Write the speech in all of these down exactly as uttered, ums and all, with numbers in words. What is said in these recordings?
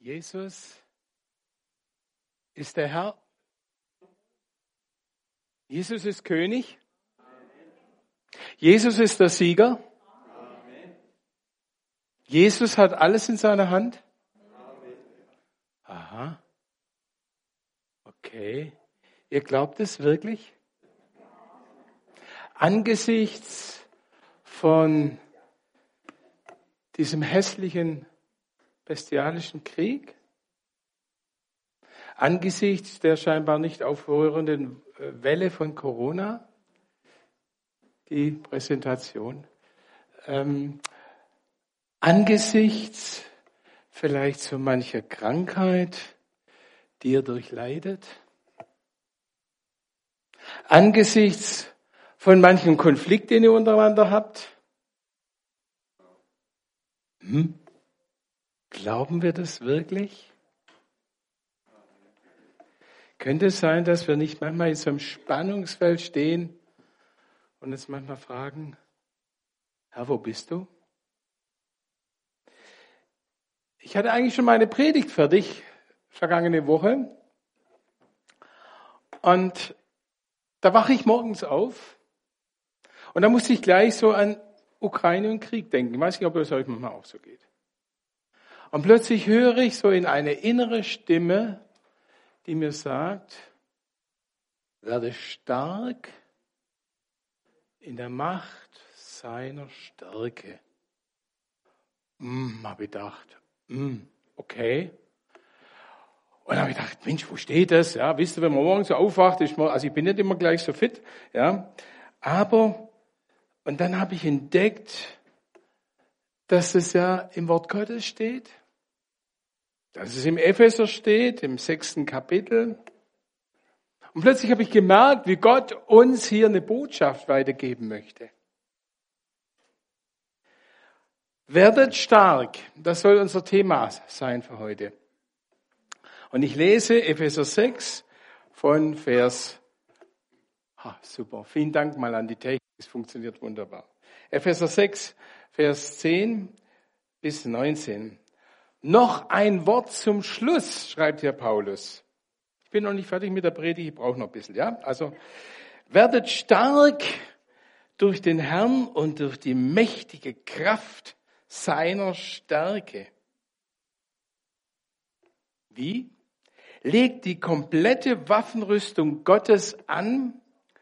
Jesus ist der Herr. Jesus ist König. Jesus ist der Sieger. Jesus hat alles in seiner Hand. Aha. Okay. Ihr glaubt es wirklich? Angesichts von diesem hässlichen, bestialischen Krieg, angesichts der scheinbar nicht aufhörenden Welle von Corona, die Präsentation, ähm, angesichts vielleicht so mancher Krankheit, die ihr durchleidet, angesichts von manchem Konflikt, den ihr untereinander habt, hm? Glauben wir das wirklich? Könnte es sein, dass wir nicht manchmal in so einem Spannungsfeld stehen und uns manchmal fragen, Herr, wo bist du? Ich hatte eigentlich schon meine Predigt fertig, vergangene Woche. Und da wache ich morgens auf und da musste ich gleich so an Ukraine und Krieg denken. Ich weiß nicht, ob es euch manchmal auch so geht. Und plötzlich höre ich so in eine innere Stimme, die mir sagt, werde stark in der Macht seiner Stärke. Hm, habe ich gedacht, hm, okay. Und dann habe ich gedacht, Mensch, wo steht das? Ja, wisst ihr, wenn man morgens so aufwacht, ist man, also ich bin nicht immer gleich so fit, ja. Aber, und dann habe ich entdeckt, dass es ja im Wort Gottes steht, dass es im Epheser steht, im sechsten Kapitel. Und plötzlich habe ich gemerkt, wie Gott uns hier eine Botschaft weitergeben möchte. Werdet stark, das soll unser Thema sein für heute. Und ich lese Epheser sechs von Vers, ah, super, vielen Dank mal an die Technik, es funktioniert wunderbar. Epheser sechs, Vers zehn bis neunzehn. Noch ein Wort zum Schluss, schreibt hier Paulus. Ich bin noch nicht fertig mit der Predigt, ich brauche noch ein bisschen, ja? Also, werdet stark durch den Herrn und durch die mächtige Kraft seiner Stärke. Wie? Legt die komplette Waffenrüstung Gottes an,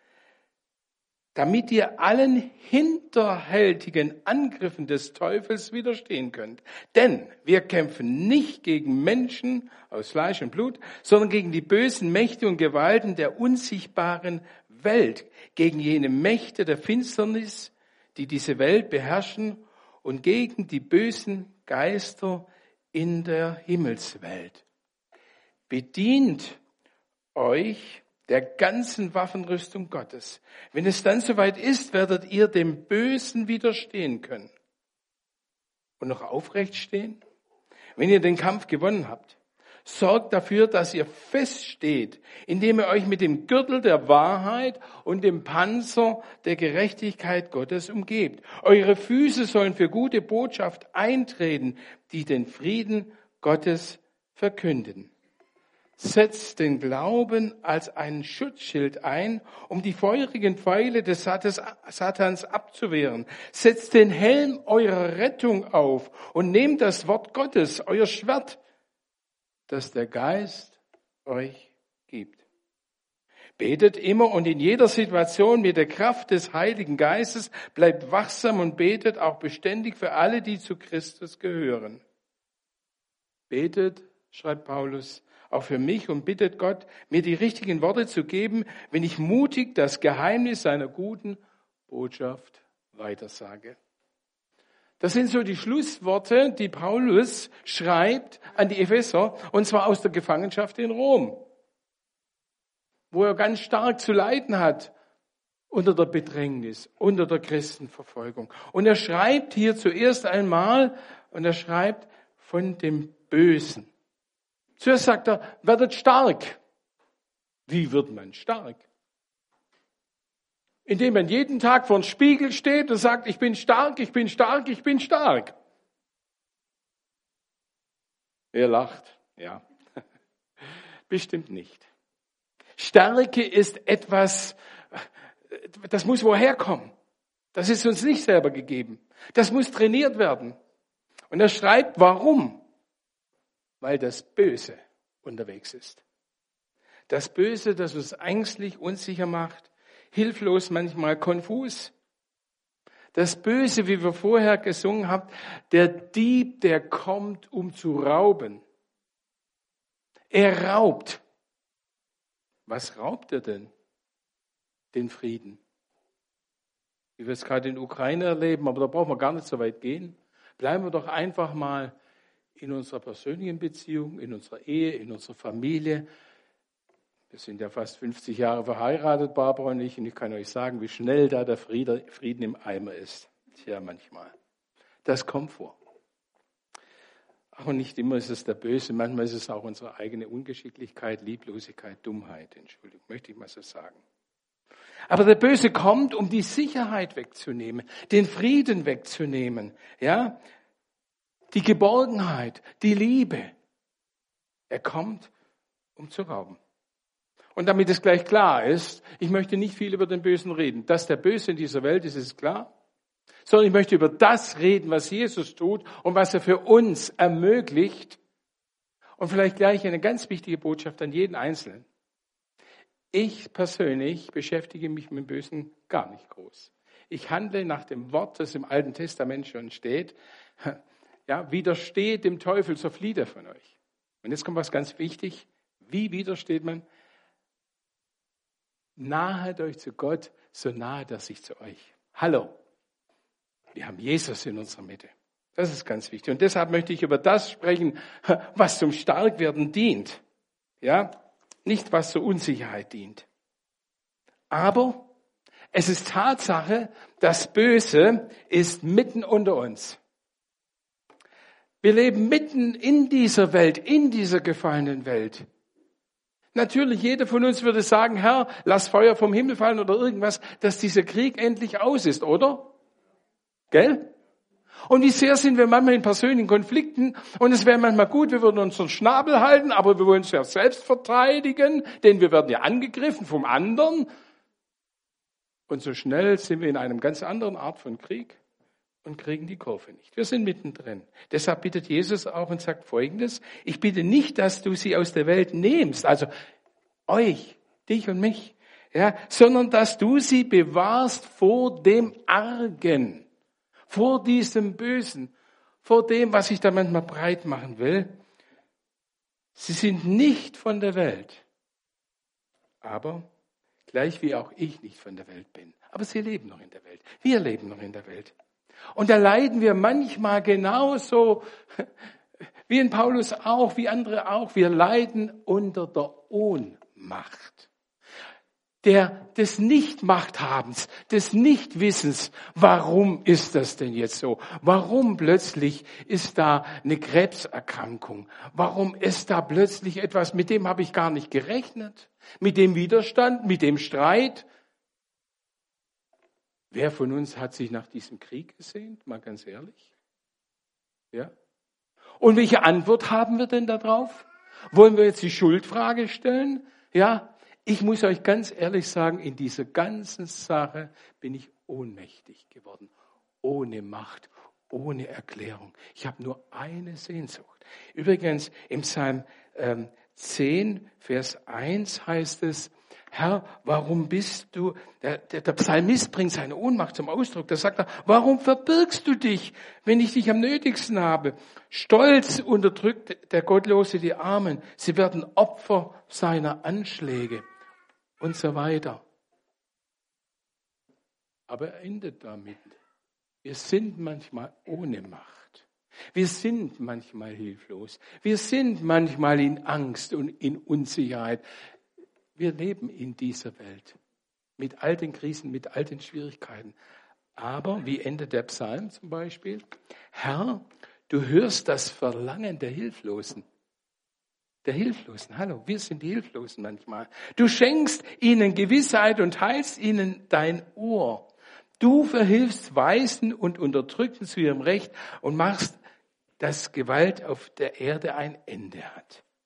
damit ihr allen hinterhältigen Angriffen des Teufels widerstehen könnt. Denn wir kämpfen nicht gegen Menschen aus Fleisch und Blut, sondern gegen die bösen Mächte und Gewalten der unsichtbaren Welt, gegen jene Mächte der Finsternis, die diese Welt beherrschen, und gegen die bösen Geister in der Himmelswelt. Bedient euch der ganzen Waffenrüstung Gottes. Wenn es dann soweit ist, werdet ihr dem Bösen widerstehen können. Und noch aufrecht stehen? Wenn ihr den Kampf gewonnen habt, sorgt dafür, dass ihr feststeht, indem ihr euch mit dem Gürtel der Wahrheit und dem Panzer der Gerechtigkeit Gottes umgebt. Eure Füße sollen für gute Botschaft eintreten, die den Frieden Gottes verkünden. Setzt den Glauben als einen Schutzschild ein, um die feurigen Pfeile des Satans abzuwehren. Setzt den Helm eurer Rettung auf und nehmt das Wort Gottes, euer Schwert, das der Geist euch gibt. Betet immer und in jeder Situation mit der Kraft des Heiligen Geistes, bleibt wachsam und betet auch beständig für alle, die zu Christus gehören. Betet, schreibt Paulus, auch für mich und bittet Gott, mir die richtigen Worte zu geben, wenn ich mutig das Geheimnis seiner guten Botschaft weitersage. Das sind so die Schlussworte, die Paulus schreibt an die Epheser, und zwar aus der Gefangenschaft in Rom, wo er ganz stark zu leiden hat unter der Bedrängnis, unter der Christenverfolgung. Und er schreibt hier zuerst einmal, und er schreibt von dem Bösen. Zuerst sagt er, werdet stark. Wie wird man stark? Indem man jeden Tag vor dem Spiegel steht und sagt, ich bin stark, ich bin stark, ich bin stark. Er lacht. Ja, bestimmt nicht. Stärke ist etwas, das muss woher kommen. Das ist uns nicht selber gegeben. Das muss trainiert werden. Und er schreibt, warum? Weil das Böse unterwegs ist. Das Böse, das uns ängstlich, unsicher macht, hilflos, manchmal konfus. Das Böse, wie wir vorher gesungen haben, der Dieb, der kommt, um zu rauben. Er raubt. Was raubt er denn? Den Frieden. Wie wir es gerade in der Ukraine erleben, aber da brauchen wir gar nicht so weit gehen. Bleiben wir doch einfach mal in unserer persönlichen Beziehung, in unserer Ehe, in unserer Familie. Wir sind ja fast fünfzig Jahre verheiratet, Barbara und ich, und ich kann euch sagen, wie schnell da der Frieden im Eimer ist. Tja, manchmal. Das kommt vor. Aber nicht immer ist es der Böse, manchmal ist es auch unsere eigene Ungeschicklichkeit, Lieblosigkeit, Dummheit, Entschuldigung, möchte ich mal so sagen. Aber der Böse kommt, um die Sicherheit wegzunehmen, den Frieden wegzunehmen, ja, die Geborgenheit, die Liebe. Er kommt, um zu rauben. Und damit es gleich klar ist, ich möchte nicht viel über den Bösen reden. Dass der Böse in dieser Welt ist, ist klar. Sondern ich möchte über das reden, was Jesus tut und was er für uns ermöglicht. Und vielleicht gleich eine ganz wichtige Botschaft an jeden Einzelnen. Ich persönlich beschäftige mich mit dem Bösen gar nicht groß. Ich handle nach dem Wort, das im Alten Testament schon steht. Ja, widersteht dem Teufel, so flieht er von euch. Und jetzt kommt was ganz wichtig. Wie widersteht man? Nahet euch zu Gott, so nahet er sich zu euch. Hallo, wir haben Jesus in unserer Mitte. Das ist ganz wichtig. Und deshalb möchte ich über das sprechen, was zum Starkwerden dient. Ja, nicht was zur Unsicherheit dient. Aber es ist Tatsache, das Böse ist mitten unter uns. Wir leben mitten in dieser Welt, in dieser gefallenen Welt. Natürlich, jeder von uns würde sagen, Herr, lass Feuer vom Himmel fallen oder irgendwas, dass dieser Krieg endlich aus ist, oder? Gell? Und wie sehr sind wir manchmal in persönlichen Konflikten und es wäre manchmal gut, wir würden unseren Schnabel halten, aber wir wollen uns ja selbst verteidigen, denn wir werden ja angegriffen vom anderen. Und so schnell sind wir in einem ganz anderen Art von Krieg und kriegen die Kurve nicht. Wir sind mittendrin. Deshalb bittet Jesus auch und sagt Folgendes: Ich bitte nicht, dass du sie aus der Welt nimmst, also euch, dich und mich, ja, sondern dass du sie bewahrst vor dem Argen, vor diesem Bösen, vor dem, was ich da manchmal breit machen will. Sie sind nicht von der Welt, aber gleich wie auch ich nicht von der Welt bin. Aber sie leben noch in der Welt. Wir leben noch in der Welt. Und da leiden wir manchmal genauso, wie in Paulus auch, wie andere auch. Wir leiden unter der Ohnmacht. Der, des Nichtmachthabens, des Nichtwissens. Warum ist das denn jetzt so? Warum plötzlich ist da eine Krebserkrankung? Warum ist da plötzlich etwas, mit dem habe ich gar nicht gerechnet? Mit dem Widerstand, mit dem Streit? Wer von uns hat sich nach diesem Krieg gesehnt? Mal ganz ehrlich. Ja? Und welche Antwort haben wir denn darauf? Wollen wir jetzt die Schuldfrage stellen? Ja? Ich muss euch ganz ehrlich sagen, in dieser ganzen Sache bin ich ohnmächtig geworden. Ohne Macht, ohne Erklärung. Ich habe nur eine Sehnsucht. Übrigens, im Psalm ähm, zehn, Vers eins heißt es, Herr, warum bist du, der, der, der Psalmist bringt seine Ohnmacht zum Ausdruck, da sagt er, warum verbirgst du dich, wenn ich dich am nötigsten habe? Stolz unterdrückt der Gottlose die Armen, sie werden Opfer seiner Anschläge und so weiter. Aber er endet damit. Wir sind manchmal ohne Macht. Wir sind manchmal hilflos. Wir sind manchmal in Angst und in Unsicherheit. Wir leben in dieser Welt mit all den Krisen, mit all den Schwierigkeiten. Aber, wie endet der Psalm zum Beispiel? Herr, du hörst das Verlangen der Hilflosen. Der Hilflosen, hallo, wir sind die Hilflosen manchmal. Du schenkst ihnen Gewissheit und teilst ihnen dein Ohr. Du verhilfst Weisen und Unterdrückten zu ihrem Recht und machst, dass Gewalt auf der Erde ein Ende hat.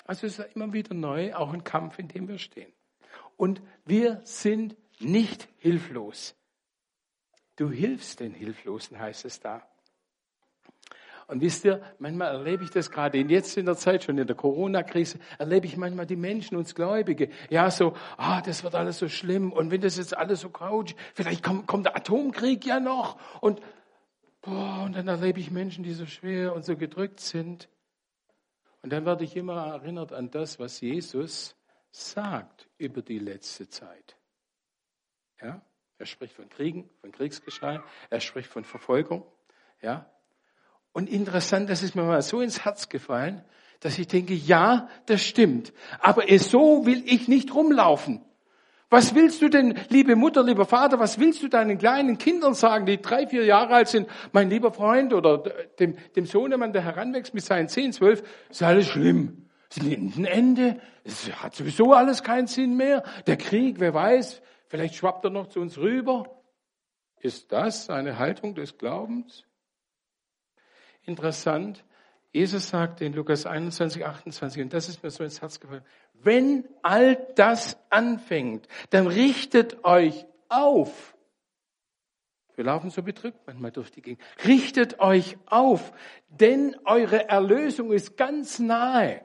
Also es ist immer wieder neu, auch ein Kampf, in dem wir stehen. Und wir sind nicht hilflos. Du hilfst den Hilflosen, heißt es da. Und wisst ihr, manchmal erlebe ich das gerade jetzt in der Zeit, schon in der Corona-Krise, erlebe ich manchmal die Menschen, uns Gläubige, ja so, ah, das wird alles so schlimm und wenn das jetzt alles so couch, vielleicht kommt, kommt der Atomkrieg ja noch und, boah, und dann erlebe ich Menschen, die so schwer und so gedrückt sind. Und dann werde ich immer erinnert an das, was Jesus sagt über die letzte Zeit. Ja? Er spricht von Kriegen, von Kriegsgeschrei, er spricht von Verfolgung, ja? Und interessant, das ist mir mal so ins Herz gefallen, dass ich denke, ja, das stimmt. Aber so will ich nicht rumlaufen. Was willst du denn, liebe Mutter, lieber Vater, was willst du deinen kleinen Kindern sagen, die drei, vier Jahre alt sind, mein lieber Freund oder dem, dem Sohnemann, der heranwächst mit seinen zehn, zwölf, ist alles schlimm. Es nimmt ein Ende. Es hat sowieso alles keinen Sinn mehr. Der Krieg, wer weiß, vielleicht schwappt er noch zu uns rüber. Ist das eine Haltung des Glaubens? Interessant, Jesus sagt in Lukas einundzwanzig, achtundzwanzig, und das ist mir so ins Herz gefallen, wenn all das anfängt, dann richtet euch auf. Wir laufen so bedrückt manchmal durch die Gegend. Richtet euch auf, denn eure Erlösung ist ganz nahe.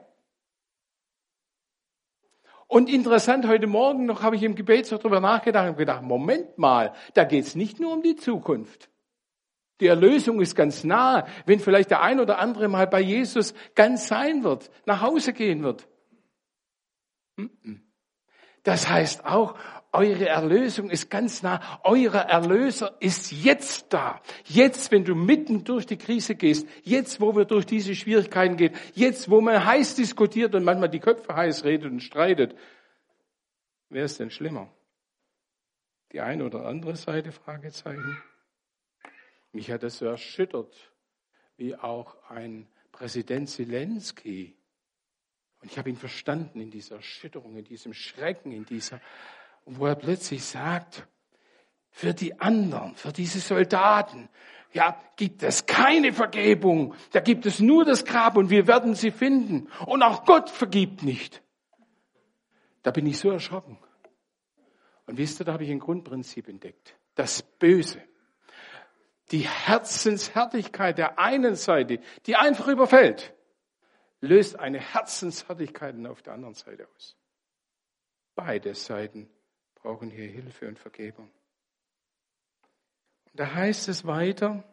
Und interessant, heute Morgen noch habe ich im Gebet so drüber nachgedacht und gedacht, Moment mal, da geht es nicht nur um die Zukunft. Die Erlösung ist ganz nah, wenn vielleicht der ein oder andere mal bei Jesus ganz sein wird, nach Hause gehen wird. Das heißt auch, eure Erlösung ist ganz nah. Euer Erlöser ist jetzt da. Jetzt, wenn du mitten durch die Krise gehst, jetzt, wo wir durch diese Schwierigkeiten gehen, jetzt, wo man heiß diskutiert und manchmal die Köpfe heiß redet und streitet. Wer ist denn schlimmer? Die eine oder andere Seite? Fragezeichen. Mich hat das so erschüttert, wie auch ein Präsident Zelensky. Und ich habe ihn verstanden in dieser Erschütterung, in diesem Schrecken, in dieser, wo er plötzlich sagt, für die anderen, für diese Soldaten, ja, gibt es keine Vergebung. Da gibt es nur das Grab und wir werden sie finden. Und auch Gott vergibt nicht. Da bin ich so erschrocken. Und wisst ihr, da habe ich ein Grundprinzip entdeckt. Das Böse. Die Herzenshärtigkeit der einen Seite, die einfach überfällt, löst eine Herzenshärtigkeit auf der anderen Seite aus. Beide Seiten brauchen hier Hilfe und Vergebung. Und da heißt es weiter,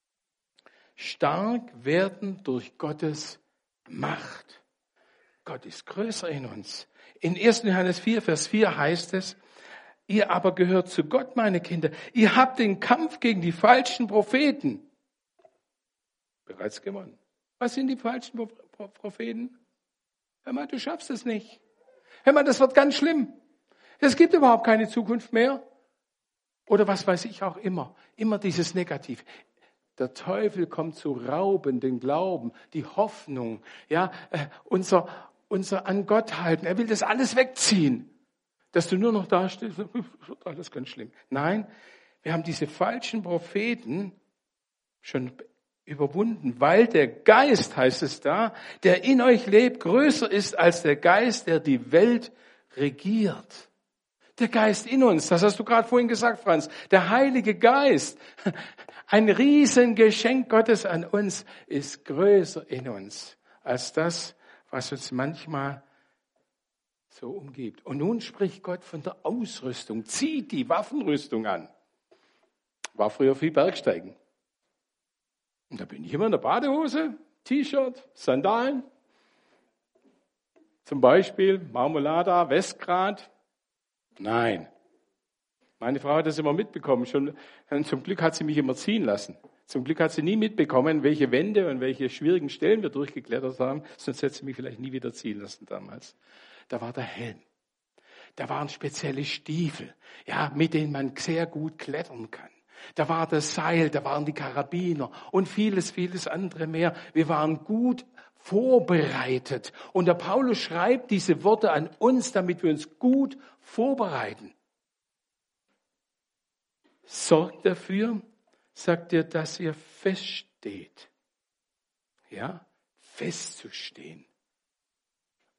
stark werden durch Gottes Macht. Gott ist größer in uns. In ersten Johannes vier, Vers vier heißt es, ihr aber gehört zu Gott, meine Kinder. Ihr habt den Kampf gegen die falschen Propheten bereits gewonnen. Was sind die falschen Propheten? Hör mal, du schaffst es nicht. Hör mal, das wird ganz schlimm. Es gibt überhaupt keine Zukunft mehr. Oder was weiß ich auch immer. Immer dieses Negativ. Der Teufel kommt zu rauben, den Glauben, die Hoffnung, ja, äh, unser, unser an Gott halten. Er will das alles wegziehen. Dass du nur noch da stehst, alles ganz schlimm. Nein, wir haben diese falschen Propheten schon überwunden, weil der Geist, heißt es da, der in euch lebt, größer ist als der Geist, der die Welt regiert. Der Geist in uns, das hast du gerade vorhin gesagt, Franz, der Heilige Geist, ein Riesengeschenk Gottes an uns, ist größer in uns als das, was uns manchmal so umgibt. Und nun spricht Gott von der Ausrüstung. Zieht die Waffenrüstung an. War früher viel Bergsteigen. Und da bin ich immer in der Badehose, T-Shirt, Sandalen. Zum Beispiel Marmolada, Westgrad. Nein. Meine Frau hat das immer mitbekommen. Schon, und zum Glück hat sie mich immer ziehen lassen. Zum Glück hat sie nie mitbekommen, welche Wände und welche schwierigen Stellen wir durchgeklettert haben. Sonst hätte sie mich vielleicht nie wieder ziehen lassen damals. Da war der Helm. Da waren spezielle Stiefel, ja, mit denen man sehr gut klettern kann. Da war das Seil, da waren die Karabiner und vieles, vieles andere mehr. Wir waren gut vorbereitet. Und der Paulus schreibt diese Worte an uns, damit wir uns gut vorbereiten. Sorgt dafür, sagt er, dass ihr feststeht. Ja, festzustehen.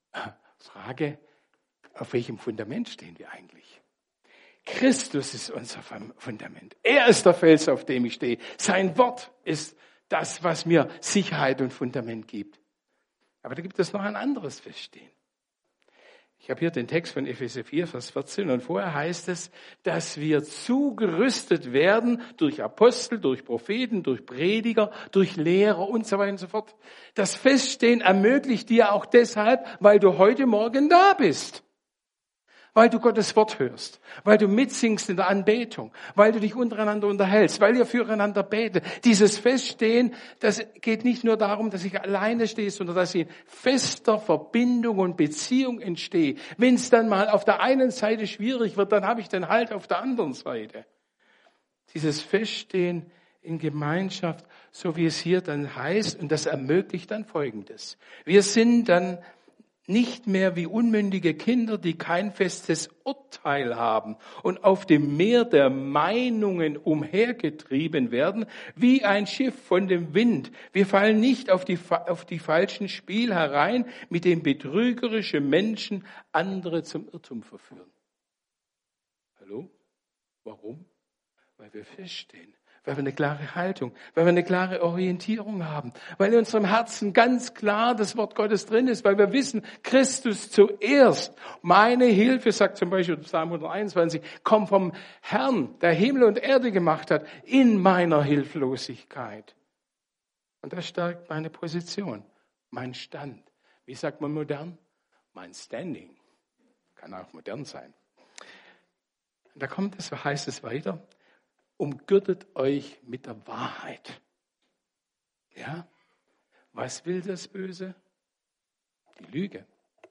Frage, auf welchem Fundament stehen wir eigentlich? Christus ist unser Fundament. Er ist der Fels, auf dem ich stehe. Sein Wort ist das, was mir Sicherheit und Fundament gibt. Aber da gibt es noch ein anderes Feststehen. Ich habe hier den Text von Epheser vier, Vers vierzehn, und vorher heißt es, dass wir zugerüstet werden durch Apostel, durch Propheten, durch Prediger, durch Lehrer und so weiter und so fort. Das Feststehen ermöglicht dir auch deshalb, weil du heute Morgen da bist. Weil du Gottes Wort hörst, weil du mitsingst in der Anbetung, weil du dich untereinander unterhältst, weil ihr füreinander betet. Dieses Feststehen, das geht nicht nur darum, dass ich alleine stehe, sondern dass ich in fester Verbindung und Beziehung entstehe. Wenn es dann mal auf der einen Seite schwierig wird, dann habe ich den Halt auf der anderen Seite. Dieses Feststehen in Gemeinschaft, so wie es hier dann heißt, und das ermöglicht dann Folgendes. Wir sind dann nicht mehr wie unmündige Kinder, die kein festes Urteil haben und auf dem Meer der Meinungen umhergetrieben werden, wie ein Schiff von dem Wind. Wir fallen nicht auf die, auf die falschen Spiel herein, mit dem betrügerische Menschen andere zum Irrtum verführen. Hallo? Warum? Weil wir feststehen. Weil wir eine klare Haltung, weil wir eine klare Orientierung haben, weil in unserem Herzen ganz klar das Wort Gottes drin ist, weil wir wissen, Christus zuerst. Meine Hilfe, sagt zum Beispiel Psalm hunderteinundzwanzig, kommt vom Herrn, der Himmel und Erde gemacht hat, in meiner Hilflosigkeit. Und das stärkt meine Position, mein Stand. Wie sagt man modern? Mein Standing. Kann auch modern sein. Und da kommt es, heißt es weiter, umgürtet euch mit der Wahrheit. Ja? Was will das Böse? Die Lüge.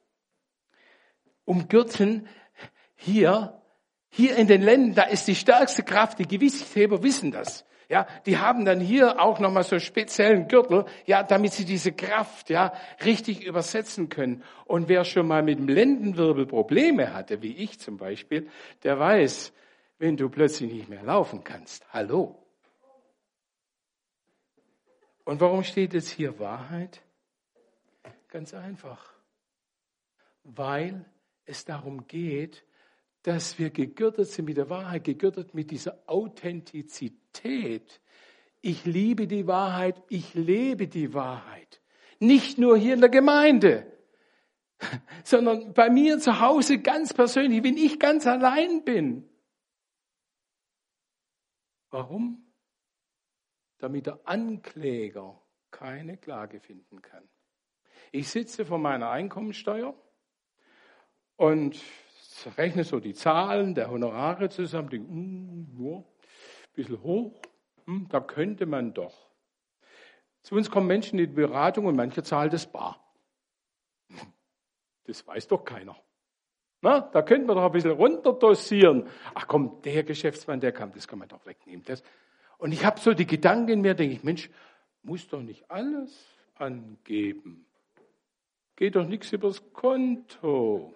Umgürten hier, hier in den Ländern, da ist die stärkste Kraft, die Gewichtheber wissen das. Ja, die haben dann hier auch nochmal so speziellen Gürtel, ja, damit sie diese Kraft, ja, richtig übersetzen können. Und wer schon mal mit dem Lendenwirbel Probleme hatte, wie ich zum Beispiel, der weiß, wenn du plötzlich nicht mehr laufen kannst. Hallo. Und warum steht jetzt hier Wahrheit? Ganz einfach. Weil es darum geht, dass wir gegürtet sind mit der Wahrheit, gegürtet mit dieser Authentizität. Ich liebe die Wahrheit, ich lebe die Wahrheit. Nicht nur hier in der Gemeinde, sondern bei mir zu Hause ganz persönlich, wenn ich ganz allein bin. Warum? Damit der Ankläger keine Klage finden kann. Ich sitze vor meiner Einkommensteuer und rechne so die Zahlen der Honorare zusammen, denke, mm, ja, ein bisschen hoch, hm, da könnte man doch. Zu uns kommen Menschen in die Beratung und manche zahlen das bar. Das weiß doch keiner. Na, da könnte man doch ein bisschen runterdosieren. Ach komm, der Geschäftsmann, der kam, das kann man doch wegnehmen. Das. Und ich habe so die Gedanken in mir, denke ich, Mensch, muss doch nicht alles angeben. Geht doch nichts übers Konto.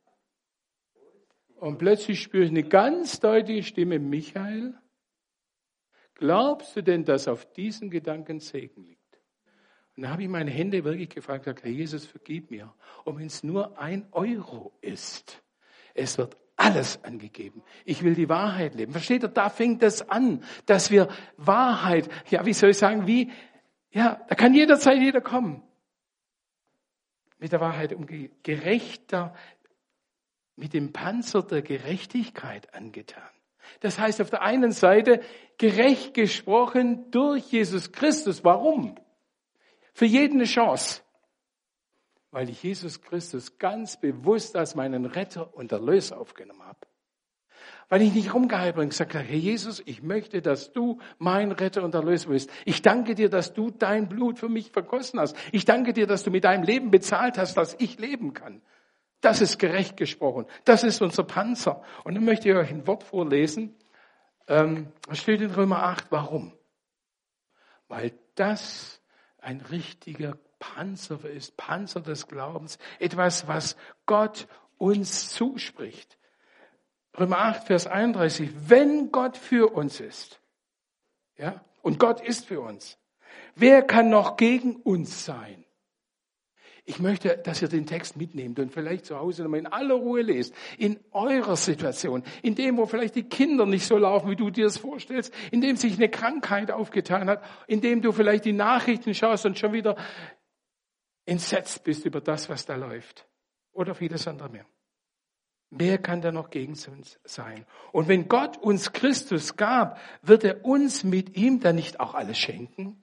Und plötzlich spüre ich eine ganz deutliche Stimme, Michael, glaubst du denn, dass auf diesen Gedanken Segen liegt? Und da habe ich meine Hände wirklich gefragt, gesagt, Herr Jesus, vergib mir. Und wenn es nur ein Euro ist, es wird alles angegeben. Ich will die Wahrheit leben. Versteht ihr, da fängt es an, dass wir Wahrheit, ja, wie soll ich sagen, wie, ja, da kann jederzeit jeder kommen. Mit der Wahrheit umgehen. Gerechter, mit dem Panzer der Gerechtigkeit angetan. Das heißt auf der einen Seite gerecht gesprochen durch Jesus Christus. Warum? Für jeden eine Chance. Weil ich Jesus Christus ganz bewusst als meinen Retter und Erlöser aufgenommen habe. Weil ich nicht rumgehalten bin und gesagt habe, Herr Jesus, ich möchte, dass du mein Retter und Erlöser bist. Ich danke dir, dass du dein Blut für mich vergossen hast. Ich danke dir, dass du mit deinem Leben bezahlt hast, dass ich leben kann. Das ist gerecht gesprochen. Das ist unser Panzer. Und dann möchte ich euch ein Wort vorlesen. Ähm, das steht in Römer acht. Warum? Weil das ein richtiger Panzer ist, Panzer des Glaubens, etwas, was Gott uns zuspricht. Römer acht, Vers einunddreißig, wenn Gott für uns ist, ja, und Gott ist für uns, wer kann noch gegen uns sein? Ich möchte, dass ihr den Text mitnehmt und vielleicht zu Hause nochmal in aller Ruhe lest. In eurer Situation, in dem, wo vielleicht die Kinder nicht so laufen, wie du dir das vorstellst, in dem sich eine Krankheit aufgetan hat, in dem du vielleicht die Nachrichten schaust und schon wieder entsetzt bist über das, was da läuft. Oder vieles andere mehr. Wer kann da noch gegen uns sein? Und wenn Gott uns Christus gab, wird er uns mit ihm dann nicht auch alles schenken?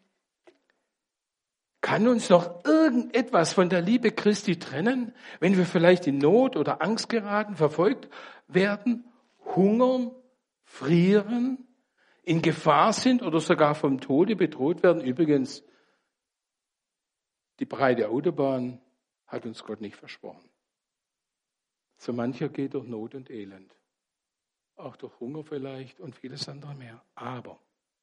Kann uns noch irgendetwas von der Liebe Christi trennen, wenn wir vielleicht in Not oder Angst geraten, verfolgt werden, hungern, frieren, in Gefahr sind oder sogar vom Tode bedroht werden? Übrigens, die breite Autobahn hat uns Gott nicht versprochen. So mancher geht durch Not und Elend, auch durch Hunger vielleicht und vieles andere mehr. Aber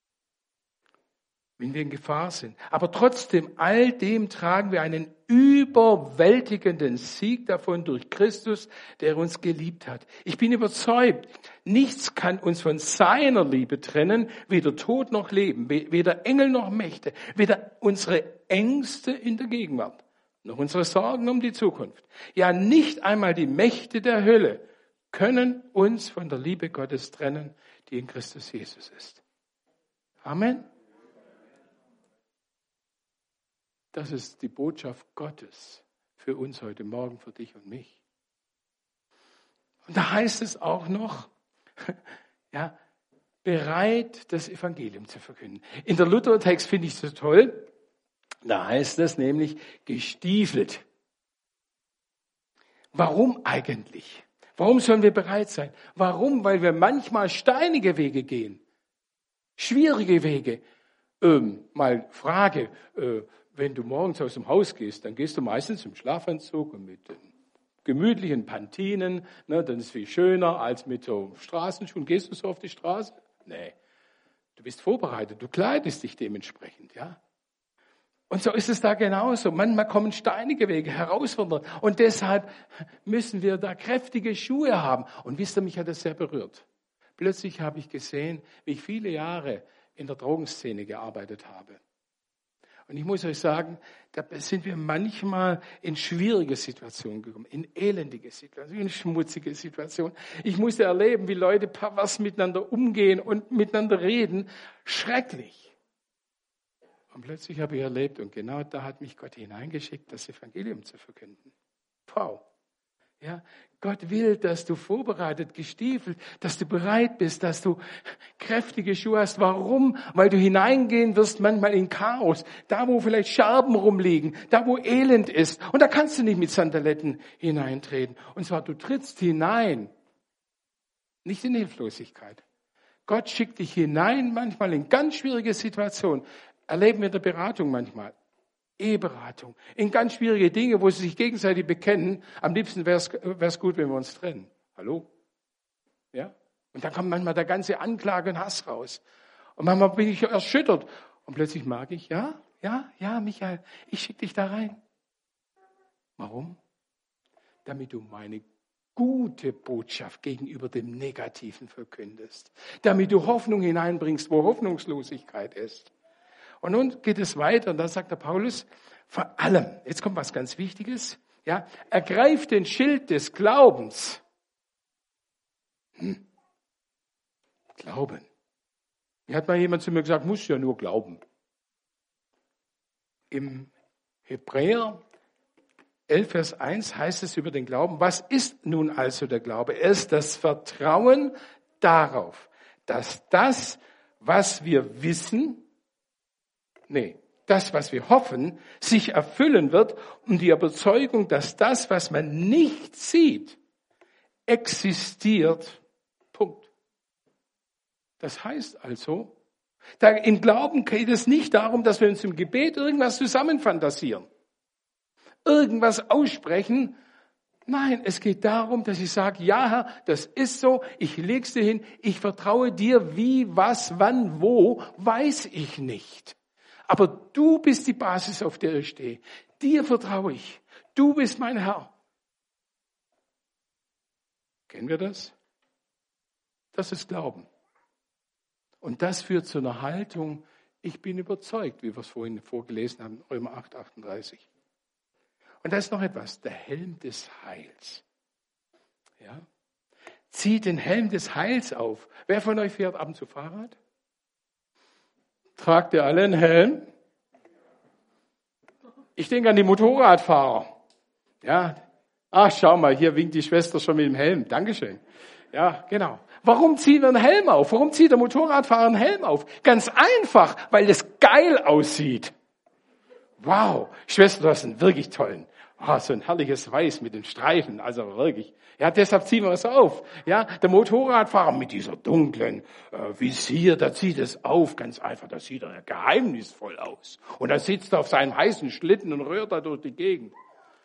wenn wir in Gefahr sind. Aber trotzdem, all dem tragen wir einen überwältigenden Sieg davon durch Christus, der uns geliebt hat. Ich bin überzeugt, nichts kann uns von seiner Liebe trennen, weder Tod noch Leben, weder Engel noch Mächte, weder unsere Ängste in der Gegenwart, noch unsere Sorgen um die Zukunft. Ja, nicht einmal die Mächte der Hölle können uns von der Liebe Gottes trennen, die in Christus Jesus ist. Amen. Das ist die Botschaft Gottes für uns heute Morgen, für dich und mich. Und da heißt es auch noch, ja, bereit, das Evangelium zu verkünden. In der Luther-Text finde ich es so toll. Da heißt es nämlich gestiefelt. Warum eigentlich? Warum sollen wir bereit sein? Warum? Weil wir manchmal steinige Wege gehen. Schwierige Wege. Ähm, mal Frage, äh, wenn du morgens aus dem Haus gehst, dann gehst du meistens im Schlafanzug und mit den gemütlichen Pantinen. Ne, dann ist es viel schöner als mit so Straßenschuhen. Gehst du so auf die Straße? Nee. Du bist vorbereitet, du kleidest dich dementsprechend, ja. Und so ist es da genauso. Manchmal kommen steinige Wege, Herausforderungen. Und deshalb müssen wir da kräftige Schuhe haben. Und wisst ihr, mich hat das sehr berührt. Plötzlich habe ich gesehen, wie ich viele Jahre in der Drogenszene gearbeitet habe. Und ich muss euch sagen, da sind wir manchmal in schwierige Situationen gekommen, in elendige Situationen, in schmutzige Situationen. Ich musste erleben, wie Leute pervers miteinander umgehen und miteinander reden. Schrecklich. Und plötzlich habe ich erlebt, und genau da hat mich Gott hineingeschickt, das Evangelium zu verkünden. Wow. Ja, Gott will, dass du vorbereitet, gestiefelt, dass du bereit bist, dass du kräftige Schuhe hast. Warum? Weil du hineingehen wirst manchmal in Chaos, da wo vielleicht Scherben rumliegen, da wo Elend ist. Und da kannst du nicht mit Sandaletten hineintreten. Und zwar, du trittst hinein, nicht in Hilflosigkeit. Gott schickt dich hinein, manchmal in ganz schwierige Situationen. Erleben wir in der Beratung manchmal. Eheberatung, in ganz schwierige Dinge, wo sie sich gegenseitig bekennen. Am liebsten wäre es gut, wenn wir uns trennen. Hallo? Ja? Und dann kommt manchmal der ganze Anklage und Hass raus. Und manchmal bin ich erschüttert. Und plötzlich mag ich, ja, ja, ja, Michael, ich schicke dich da rein. Warum? Damit du meine gute Botschaft gegenüber dem Negativen verkündest. Damit du Hoffnung hineinbringst, wo Hoffnungslosigkeit ist. Und nun geht es weiter und dann sagt der Paulus, vor allem, jetzt kommt was ganz Wichtiges, ja, ergreift den Schild des Glaubens. Hm. Glauben. Hier hat mal jemand zu mir gesagt, muss ja nur glauben. Im Hebräer elf, Vers eins heißt es über den Glauben, was ist nun also der Glaube? Er ist das Vertrauen darauf, dass das, was wir wissen, Nee, das, was wir hoffen, sich erfüllen wird und die Überzeugung, dass das, was man nicht sieht, existiert. Punkt. Das heißt also, da im Glauben geht es nicht darum, dass wir uns im Gebet irgendwas zusammenfantasieren, irgendwas aussprechen. Nein, es geht darum, dass ich sage, ja Herr, das ist so, ich leg's dir hin, ich vertraue dir, wie, was, wann, wo, weiß ich nicht. Aber du bist die Basis, auf der ich stehe. Dir vertraue ich. Du bist mein Herr. Kennen wir das? Das ist Glauben. Und das führt zu einer Haltung, ich bin überzeugt, wie wir es vorhin vorgelesen haben, Römer acht, achtunddreißig. Und da ist noch etwas, der Helm des Heils. Ja? Zieht den Helm des Heils auf. Wer von euch fährt ab und zu Fahrrad? Tragt ihr alle einen Helm? Ich denke an die Motorradfahrer. Ja, ach, schau mal, hier winkt die Schwester schon mit dem Helm. Dankeschön. Ja, genau. Warum ziehen wir einen Helm auf? Warum zieht der Motorradfahrer einen Helm auf? Ganz einfach, weil das geil aussieht. Wow, Schwester, du hast einen wirklich tollen. Ah, so ein herrliches Weiß mit den Streifen, also wirklich. Ja, deshalb ziehen wir es auf. Ja, der Motorradfahrer mit dieser dunklen äh, Visier, da zieht es auf, ganz einfach, da sieht er geheimnisvoll aus. Und da sitzt er auf seinem heißen Schlitten und rührt da durch die Gegend.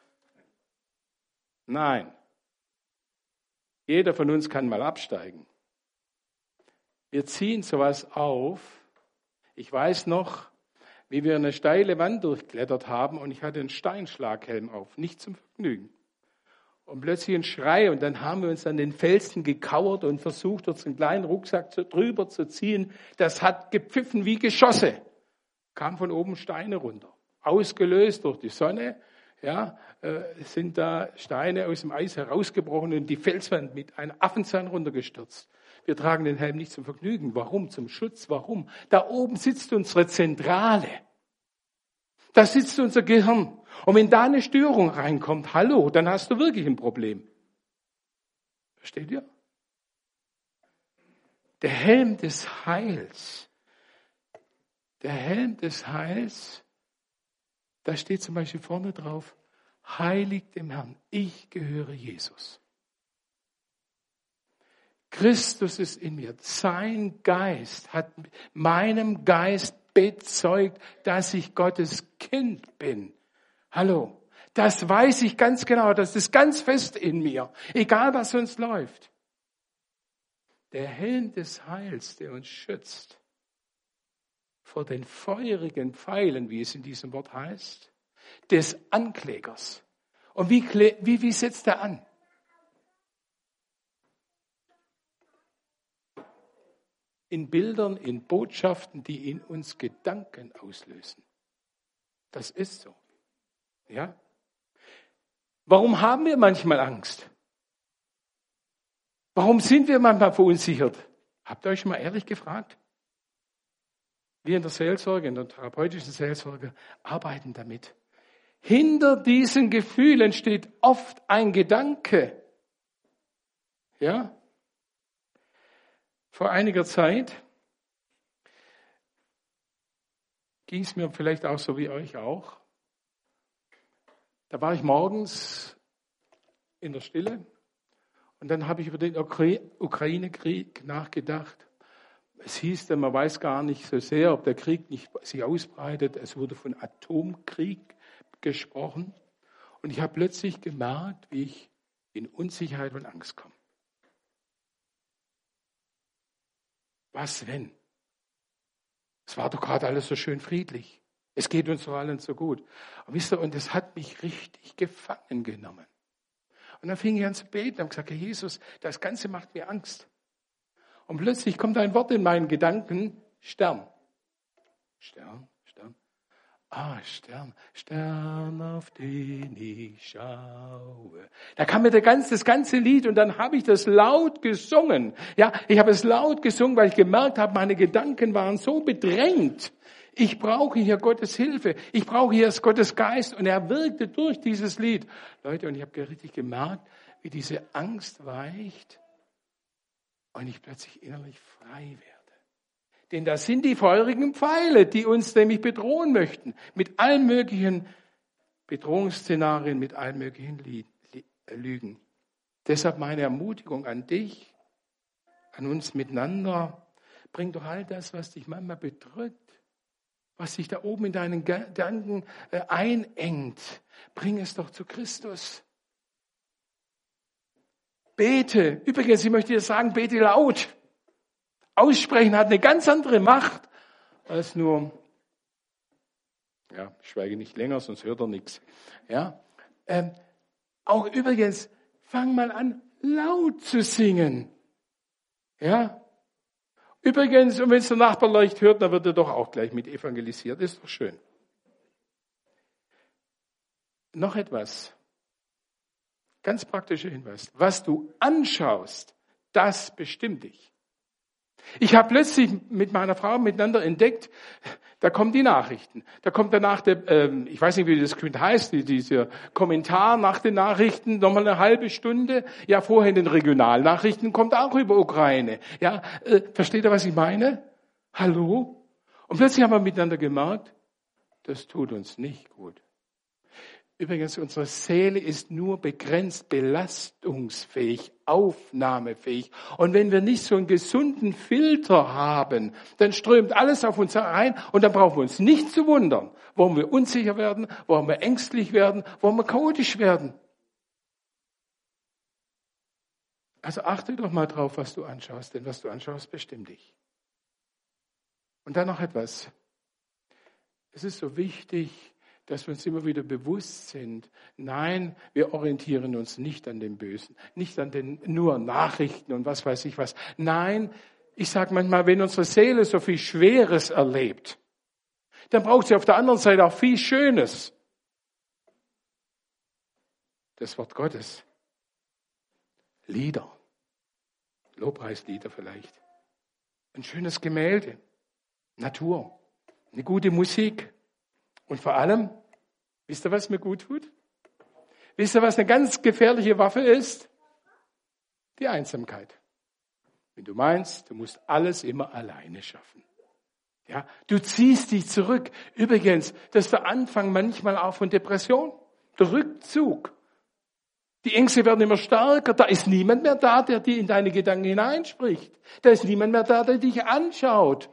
Nein. Jeder von uns kann mal absteigen. Wir ziehen sowas auf. Ich weiß noch, wie wir eine steile Wand durchklettert haben und ich hatte einen Steinschlaghelm auf, nicht zum Vergnügen. Und plötzlich ein Schrei und dann haben wir uns an den Felsen gekauert und versucht, uns einen kleinen Rucksack zu, drüber zu ziehen. Das hat gepfiffen wie Geschosse. Kam von oben Steine runter. Ausgelöst durch die Sonne, ja, äh, sind da Steine aus dem Eis herausgebrochen und die Felswand mit einem Affenzahn runtergestürzt. Wir tragen den Helm nicht zum Vergnügen. Warum? Zum Schutz. Warum? Da oben sitzt unsere Zentrale. Da sitzt unser Gehirn. Und wenn da eine Störung reinkommt, hallo, dann hast du wirklich ein Problem. Versteht ihr? Der Helm des Heils. Der Helm des Heils, da steht zum Beispiel vorne drauf, heiligt dem Herrn, ich gehöre Jesus. Christus ist in mir. Sein Geist hat meinem Geist bezeugt, dass ich Gottes Kind bin. Hallo, das weiß ich ganz genau, das ist ganz fest in mir, egal was sonst läuft. Der Helm des Heils, der uns schützt vor den feurigen Pfeilen, wie es in diesem Wort heißt, des Anklägers. Und wie, wie, wie setzt er an? In Bildern, in Botschaften, die in uns Gedanken auslösen. Das ist so. Ja? Warum haben wir manchmal Angst? Warum sind wir manchmal verunsichert? Habt ihr euch schon mal ehrlich gefragt? Wir in der Seelsorge, in der therapeutischen Seelsorge arbeiten damit. Hinter diesen Gefühlen steht oft ein Gedanke. Ja? Vor einiger Zeit ging es mir vielleicht auch so wie euch auch. Da war ich morgens in der Stille und dann habe ich über den Ukraine-Krieg nachgedacht. Es hieß dann, man weiß gar nicht so sehr, ob der Krieg nicht sich ausbreitet. Es wurde von Atomkrieg gesprochen. Und ich habe plötzlich gemerkt, wie ich in Unsicherheit und Angst komme. Was wenn? Es war doch gerade alles so schön friedlich. Es geht uns doch allen so gut. Und wisst ihr, und das hat mich richtig gefangen genommen. Und dann fing ich an zu beten und gesagt, Herr Jesus, das Ganze macht mir Angst. Und plötzlich kommt ein Wort in meinen Gedanken, Stern. Stern, Stern. Ah, Stern, Stern, auf den ich schaue. Da kam mir der ganze, das ganze Lied und dann habe ich das laut gesungen. Ja, ich habe es laut gesungen, weil ich gemerkt habe, meine Gedanken waren so bedrängt. Ich brauche hier Gottes Hilfe. Ich brauche hier Gottes Geist. Und er wirkte durch dieses Lied. Leute, und ich habe richtig gemerkt, wie diese Angst weicht und ich plötzlich innerlich frei werde. Denn das sind die feurigen Pfeile, die uns nämlich bedrohen möchten. Mit allen möglichen Bedrohungsszenarien, mit allen möglichen Lügen. Deshalb meine Ermutigung an dich, an uns miteinander. Bring doch all das, was dich manchmal bedrückt, was sich da oben in deinen Gedanken einengt. Bring es doch zu Christus. Bete. Übrigens, ich möchte dir sagen, bete laut. Aussprechen hat eine ganz andere Macht als nur, ja, ich schweige nicht länger, sonst hört er nichts. Ja, ähm, auch übrigens, fang mal an, laut zu singen. Ja, übrigens, und wenn es der Nachbar leicht hört, dann wird er doch auch gleich mit evangelisiert. Ist doch schön. Noch etwas. Ganz praktischer Hinweis. Was du anschaust, das bestimmt dich. Ich habe plötzlich mit meiner Frau miteinander entdeckt, da kommen die Nachrichten. Da kommt danach der, ähm, ich weiß nicht, wie das heißt, dieser Kommentar nach den Nachrichten, nochmal eine halbe Stunde. Ja, vorher in den Regionalnachrichten kommt auch über Ukraine. Ja, äh, versteht ihr, was ich meine? Hallo? Und plötzlich haben wir miteinander gemerkt, das tut uns nicht gut. Übrigens, unsere Seele ist nur begrenzt belastungsfähig, aufnahmefähig. Und wenn wir nicht so einen gesunden Filter haben, dann strömt alles auf uns herein und dann brauchen wir uns nicht zu wundern, warum wir unsicher werden, warum wir ängstlich werden, warum wir chaotisch werden. Also achte doch mal drauf, was du anschaust, denn was du anschaust, bestimmt dich. Und dann noch etwas. Es ist so wichtig, dass wir uns immer wieder bewusst sind, nein, wir orientieren uns nicht an dem Bösen, nicht an den nur Nachrichten und was weiß ich was. Nein, ich sage manchmal, wenn unsere Seele so viel Schweres erlebt, dann braucht sie auf der anderen Seite auch viel Schönes. Das Wort Gottes. Lieder. Lobpreislieder vielleicht. Ein schönes Gemälde. Natur. Eine gute Musik. Und vor allem, wisst ihr, was mir gut tut? Wisst ihr, was eine ganz gefährliche Waffe ist? Die Einsamkeit. Wenn du meinst, du musst alles immer alleine schaffen. Ja, du ziehst dich zurück. Übrigens, das ist der Anfang manchmal auch von Depression. Der Rückzug. Die Ängste werden immer stärker. Da ist niemand mehr da, der dir in deine Gedanken hineinspricht. Da ist niemand mehr da, der dich anschaut.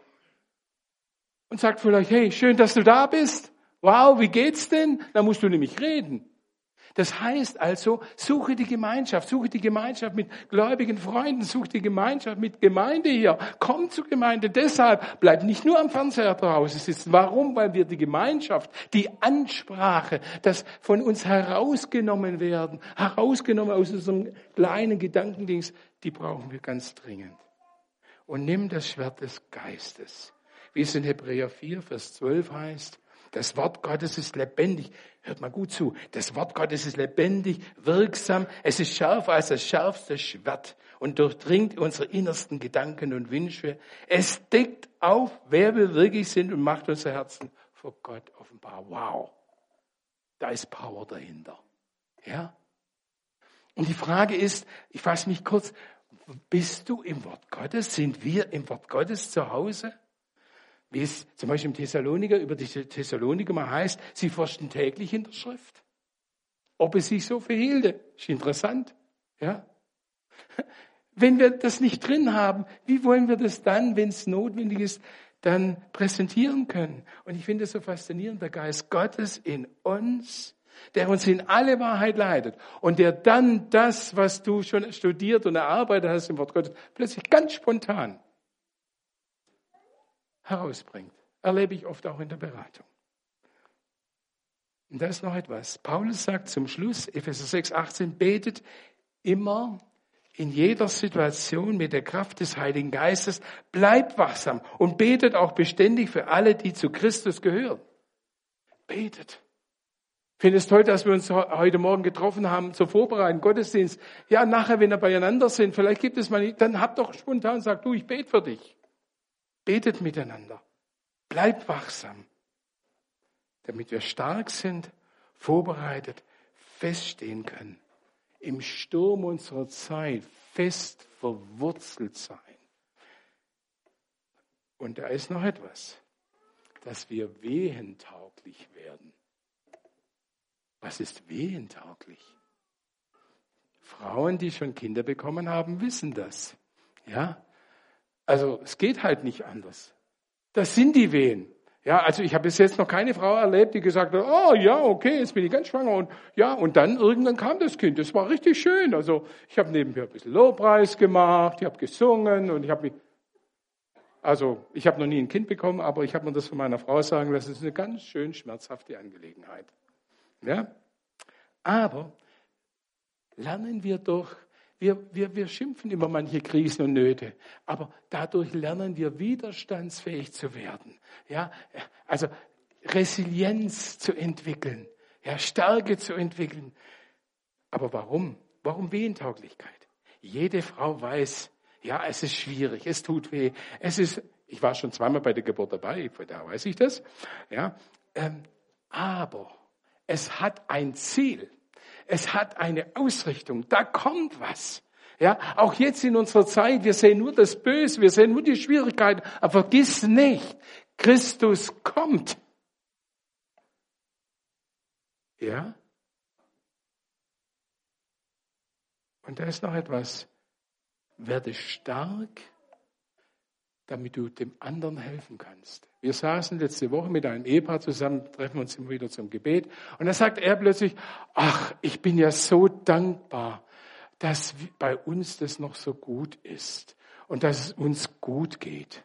Und sagt vielleicht, hey, schön, dass du da bist. Wow, wie geht's denn? Da musst du nämlich reden. Das heißt also, suche die Gemeinschaft, suche die Gemeinschaft mit gläubigen Freunden, suche die Gemeinschaft mit Gemeinde hier. Komm zur Gemeinde. Deshalb bleib nicht nur am Fernseher zu Hause sitzen. Warum? Weil wir die Gemeinschaft, die Ansprache, das von uns herausgenommen werden, herausgenommen aus unserem kleinen Gedankendings, die brauchen wir ganz dringend. Und nimm das Schwert des Geistes. Wie es in Hebräer vier, Vers zwölf heißt, das Wort Gottes ist lebendig. Hört mal gut zu. Das Wort Gottes ist lebendig, wirksam. Es ist schärfer als das schärfste Schwert und durchdringt unsere innersten Gedanken und Wünsche. Es deckt auf, wer wir wirklich sind und macht unser Herzen vor Gott offenbar. Wow. Da ist Power dahinter. Ja? Und die Frage ist, ich fasse mich kurz, bist du im Wort Gottes? Sind wir im Wort Gottes zu Hause? Wie es zum Beispiel im Thessaloniker, über die Thessaloniker mal heißt, sie forschten täglich in der Schrift. Ob es sich so verhielte, ist interessant. Ja? Wenn wir das nicht drin haben, wie wollen wir das dann, wenn es notwendig ist, dann präsentieren können? Und ich finde es so faszinierend, der Geist Gottes in uns, der uns in alle Wahrheit leitet und der dann das, was du schon studiert und erarbeitet hast im Wort Gottes, plötzlich ganz spontan herausbringt. Erlebe ich oft auch in der Beratung. Und da ist noch etwas. Paulus sagt zum Schluss, Epheser sechs, achtzehn, betet immer in jeder Situation mit der Kraft des Heiligen Geistes, bleibt wachsam und betet auch beständig für alle, die zu Christus gehören. Betet. Ich finde es toll, dass wir uns heute Morgen getroffen haben zur Vorbereitung Gottesdienst. Ja, nachher, wenn wir beieinander sind, vielleicht gibt es mal, dann habt doch spontan, sagt du, ich bete für dich. Betet miteinander. Bleibt wachsam, damit wir stark sind, vorbereitet, feststehen können. Im Sturm unserer Zeit fest verwurzelt sein. Und da ist noch etwas, dass wir wehentauglich werden. Was ist wehentauglich? Frauen, die schon Kinder bekommen haben, wissen das. Ja? Also es geht halt nicht anders. Das sind die Wehen. Ja, also ich habe bis jetzt noch keine Frau erlebt, die gesagt hat, oh ja, okay, jetzt bin ich ganz schwanger. Und ja, und dann irgendwann kam das Kind. Das war richtig schön. Also ich habe nebenher ein bisschen Lobpreis gemacht, ich habe gesungen und ich habe mich, also ich habe noch nie ein Kind bekommen, aber ich habe mir das von meiner Frau sagen lassen, das ist eine ganz schön schmerzhafte Angelegenheit. Ja, aber lernen wir doch, Wir, wir, wir schimpfen über manche Krisen und Nöte, aber dadurch lernen wir widerstandsfähig zu werden. Ja, also Resilienz zu entwickeln. ja, Stärke zu entwickeln. Aber warum? Warum Wehentauglichkeit? Jede Frau weiß, ja, es ist schwierig, es tut weh, es ist, ich war schon zweimal bei der Geburt dabei, von daher weiß ich das, ja, ähm, aber es hat ein Ziel, es hat eine Ausrichtung, da kommt was. Ja, auch jetzt in unserer Zeit, wir sehen nur das Böse, wir sehen nur die Schwierigkeiten, aber vergiss nicht, Christus kommt. Ja? Und da ist noch etwas. Werde stark, damit du dem anderen helfen kannst. Wir saßen letzte Woche mit einem Ehepaar zusammen, treffen uns immer wieder zum Gebet. Und da sagt er plötzlich, ach, ich bin ja so dankbar, dass bei uns das noch so gut ist und dass es uns gut geht.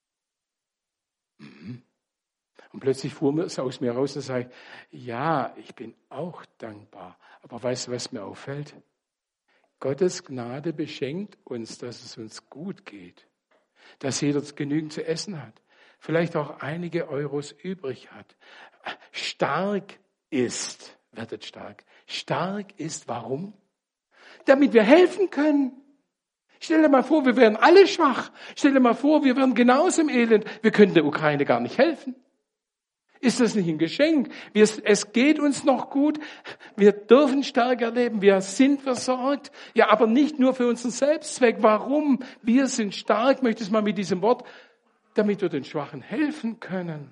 Mhm. Und plötzlich fuhr es aus mir raus und sage, ja, ich bin auch dankbar. Aber weißt du, was mir auffällt? Gottes Gnade beschenkt uns, dass es uns gut geht. Dass jeder genügend zu essen hat. Vielleicht auch einige Euros übrig hat. Stark ist, werdet stark. Stark ist, warum? Damit wir helfen können. Stell dir mal vor, wir wären alle schwach. Stell dir mal vor, wir wären genauso im Elend. Wir könnten der Ukraine gar nicht helfen. Ist das nicht ein Geschenk? Wir, es geht uns noch gut. Wir dürfen stark erleben. Wir sind versorgt. Ja, aber nicht nur für unseren Selbstzweck. Warum? Wir sind stark, möchte ich mal mit diesem Wort, damit wir den Schwachen helfen können.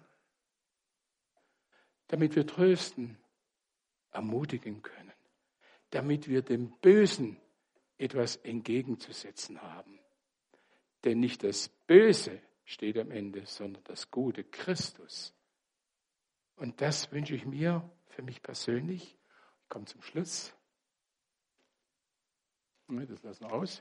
Damit wir trösten, ermutigen können. Damit wir dem Bösen etwas entgegenzusetzen haben. Denn nicht das Böse steht am Ende, sondern das Gute, Christus. Und das wünsche ich mir für mich persönlich. Ich komme zum Schluss. Das lassen wir aus.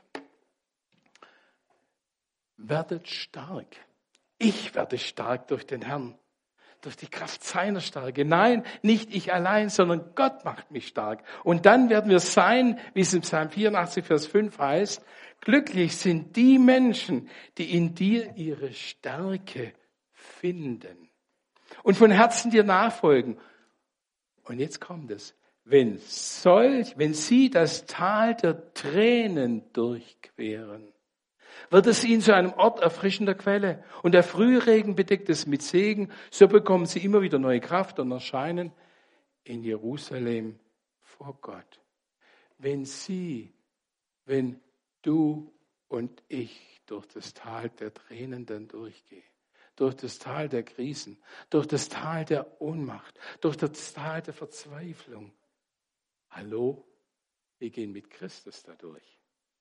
Werdet stark. Ich werde stark durch den Herrn. Durch die Kraft seiner Stärke. Nein, nicht ich allein, sondern Gott macht mich stark. Und dann werden wir sein, wie es im Psalm vierundachtzig, Vers fünf heißt, glücklich sind die Menschen, die in dir ihre Stärke finden. Und von Herzen dir nachfolgen. Und jetzt kommt es. Wenn solch, wenn sie das Tal der Tränen durchqueren, wird es ihnen zu einem Ort erfrischender Quelle. Und der Frühregen bedeckt es mit Segen. So bekommen sie immer wieder neue Kraft und erscheinen in Jerusalem vor Gott. Wenn sie, wenn du und ich durch das Tal der Tränen dann durchgehen, durch das Tal der Krisen, durch das Tal der Ohnmacht, durch das Tal der Verzweiflung. Hallo, wir gehen mit Christus da durch.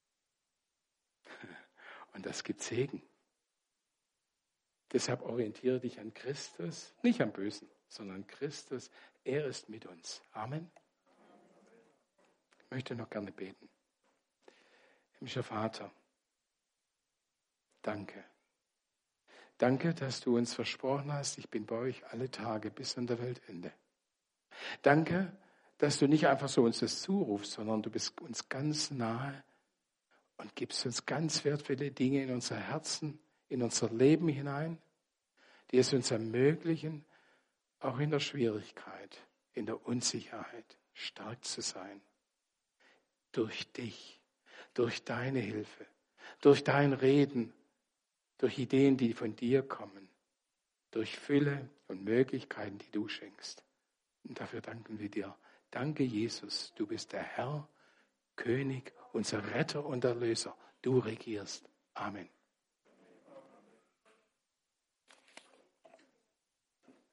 Und das gibt Segen. Deshalb orientiere dich an Christus, nicht am Bösen, sondern an Christus. Er ist mit uns. Amen. Ich möchte noch gerne beten. Himmlischer Vater, danke. Danke, dass du uns versprochen hast, ich bin bei euch alle Tage bis an der Weltende. Danke, dass du nicht einfach so uns das zurufst, sondern du bist uns ganz nahe und gibst uns ganz wertvolle Dinge in unser Herzen, in unser Leben hinein, die es uns ermöglichen, auch in der Schwierigkeit, in der Unsicherheit stark zu sein. Durch dich, durch deine Hilfe, durch dein Reden, durch Ideen, die von dir kommen, durch Fülle und Möglichkeiten, die du schenkst. Und dafür danken wir dir. Danke, Jesus, du bist der Herr, König, unser Retter und Erlöser. Du regierst. Amen.